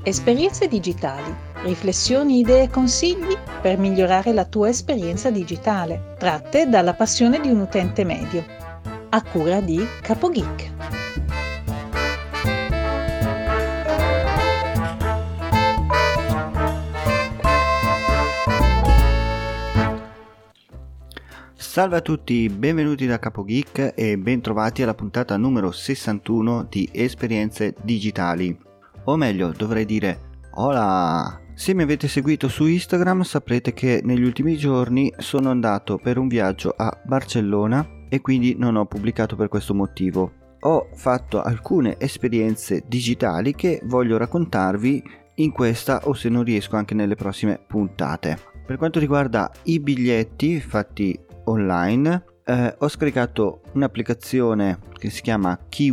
Esperienze digitali, riflessioni, idee e consigli per migliorare la tua esperienza digitale, tratte dalla passione di un utente medio, a cura di CapoGeek. Salve a tutti, benvenuti da CapoGeek e bentrovati alla puntata numero 61 di Esperienze digitali. O meglio, dovrei dire hola! Se mi avete seguito su Instagram saprete che negli ultimi giorni sono andato per un viaggio a Barcellona e quindi non ho pubblicato per questo motivo. Ho fatto alcune esperienze digitali che voglio raccontarvi in questa o se non riesco anche nelle prossime puntate. Per quanto riguarda i biglietti fatti online, ho scaricato un'applicazione che si chiama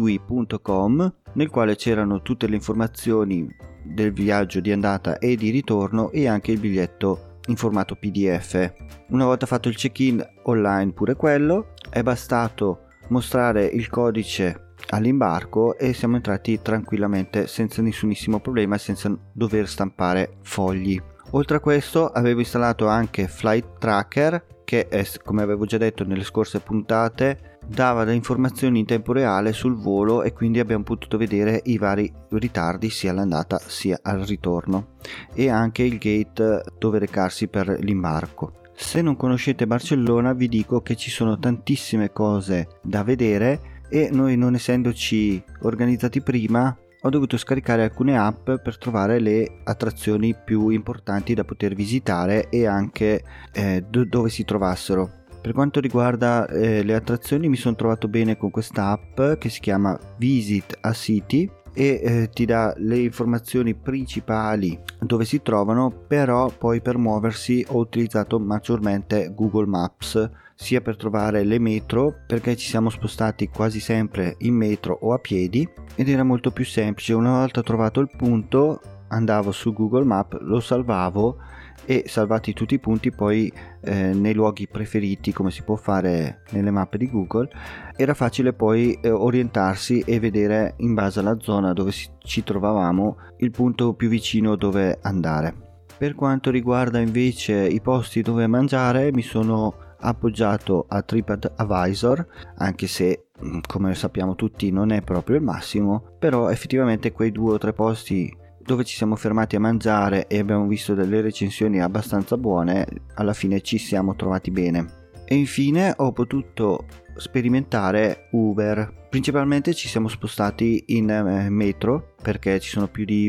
kiwi.com nel quale c'erano tutte le informazioni del viaggio di andata e di ritorno e anche il biglietto in formato PDF. Una volta fatto il check-in online pure quello, è bastato mostrare il codice all'imbarco e siamo entrati tranquillamente senza nessunissimo problema, senza dover stampare fogli. Oltre a questo avevo installato anche Flight Tracker che è, come avevo già detto nelle scorse puntate, dava le informazioni in tempo reale sul volo e quindi abbiamo potuto vedere i vari ritardi sia all'andata sia al ritorno e anche il gate dove recarsi per l'imbarco. Se non conoscete Barcellona vi dico che ci sono tantissime cose da vedere e noi, non essendoci organizzati prima, ho dovuto scaricare alcune app per trovare le attrazioni più importanti da poter visitare e anche dove si trovassero. Per quanto riguarda le attrazioni, mi sono trovato bene con questa app che si chiama Visit a City e ti dà le informazioni principali dove si trovano, però poi per muoversi ho utilizzato maggiormente Google Maps, sia per trovare le metro, perché ci siamo spostati quasi sempre in metro o a piedi ed era molto più semplice. Una volta trovato il punto andavo su Google Maps, lo salvavo e salvati tutti i punti poi nei luoghi preferiti, come si può fare nelle mappe di Google, era facile poi orientarsi e vedere in base alla zona dove ci trovavamo il punto più vicino dove andare. Per quanto riguarda invece i posti dove mangiare, mi sono appoggiato a TripAdvisor, anche se come sappiamo tutti non è proprio il massimo, però effettivamente quei 2 o 3 posti dove ci siamo fermati a mangiare e abbiamo visto delle recensioni abbastanza buone, alla fine ci siamo trovati bene. E infine ho potuto sperimentare Uber. Principalmente ci siamo spostati in metro perché ci sono più di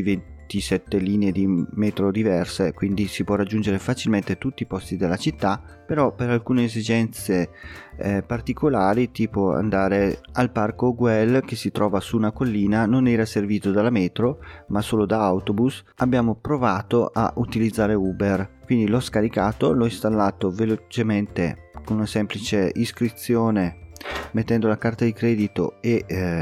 27 linee di metro diverse, quindi si può raggiungere facilmente tutti i posti della città, però per alcune esigenze particolari, tipo andare al parco Güell che si trova su una collina, non era servito dalla metro ma solo da autobus. Abbiamo provato a utilizzare Uber, quindi l'ho scaricato, l'ho installato velocemente con una semplice iscrizione mettendo la carta di credito e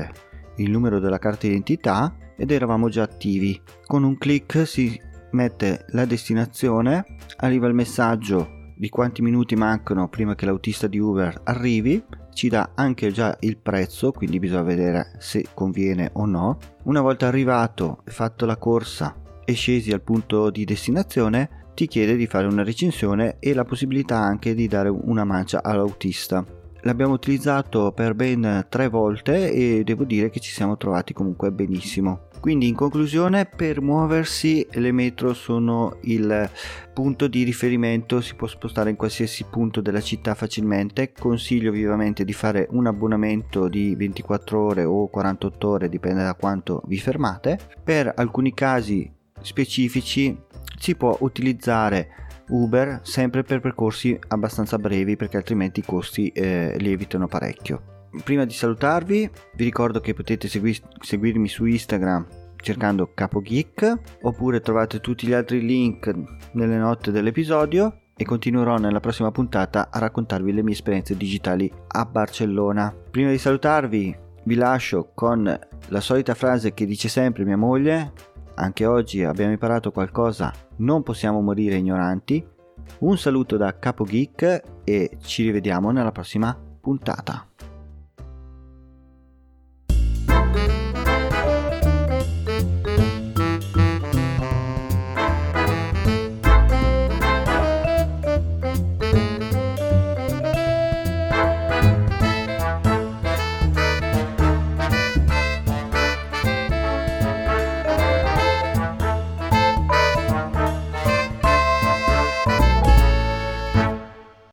il numero della carta d'identità ed eravamo già attivi. Con un clic si mette la destinazione, arriva il messaggio di quanti minuti mancano prima che l'autista di Uber arrivi, ci dà anche già il prezzo, quindi bisogna vedere se conviene o no. Una volta arrivato e fatto la corsa e scesi al punto di destinazione, ti chiede di fare una recensione e la possibilità anche di dare una mancia all'autista. L'abbiamo utilizzato per ben 3 volte e devo dire che ci siamo trovati comunque benissimo. Quindi in conclusione, per muoversi le metro sono il punto di riferimento, si può spostare in qualsiasi punto della città facilmente. Consiglio vivamente di fare un abbonamento di 24 ore o 48 ore, dipende da quanto vi fermate. Per alcuni casi specifici si può utilizzare Uber sempre per percorsi abbastanza brevi, perché altrimenti i costi lievitano parecchio. Prima di salutarvi vi ricordo che potete seguirmi su Instagram cercando CapoGeek, oppure trovate tutti gli altri link nelle note dell'episodio e continuerò nella prossima puntata a raccontarvi le mie esperienze digitali a Barcellona. Prima di salutarvi vi lascio con la solita frase che dice sempre mia moglie: anche oggi abbiamo imparato qualcosa, non possiamo morire ignoranti. Un saluto da CapoGeek e ci rivediamo nella prossima puntata.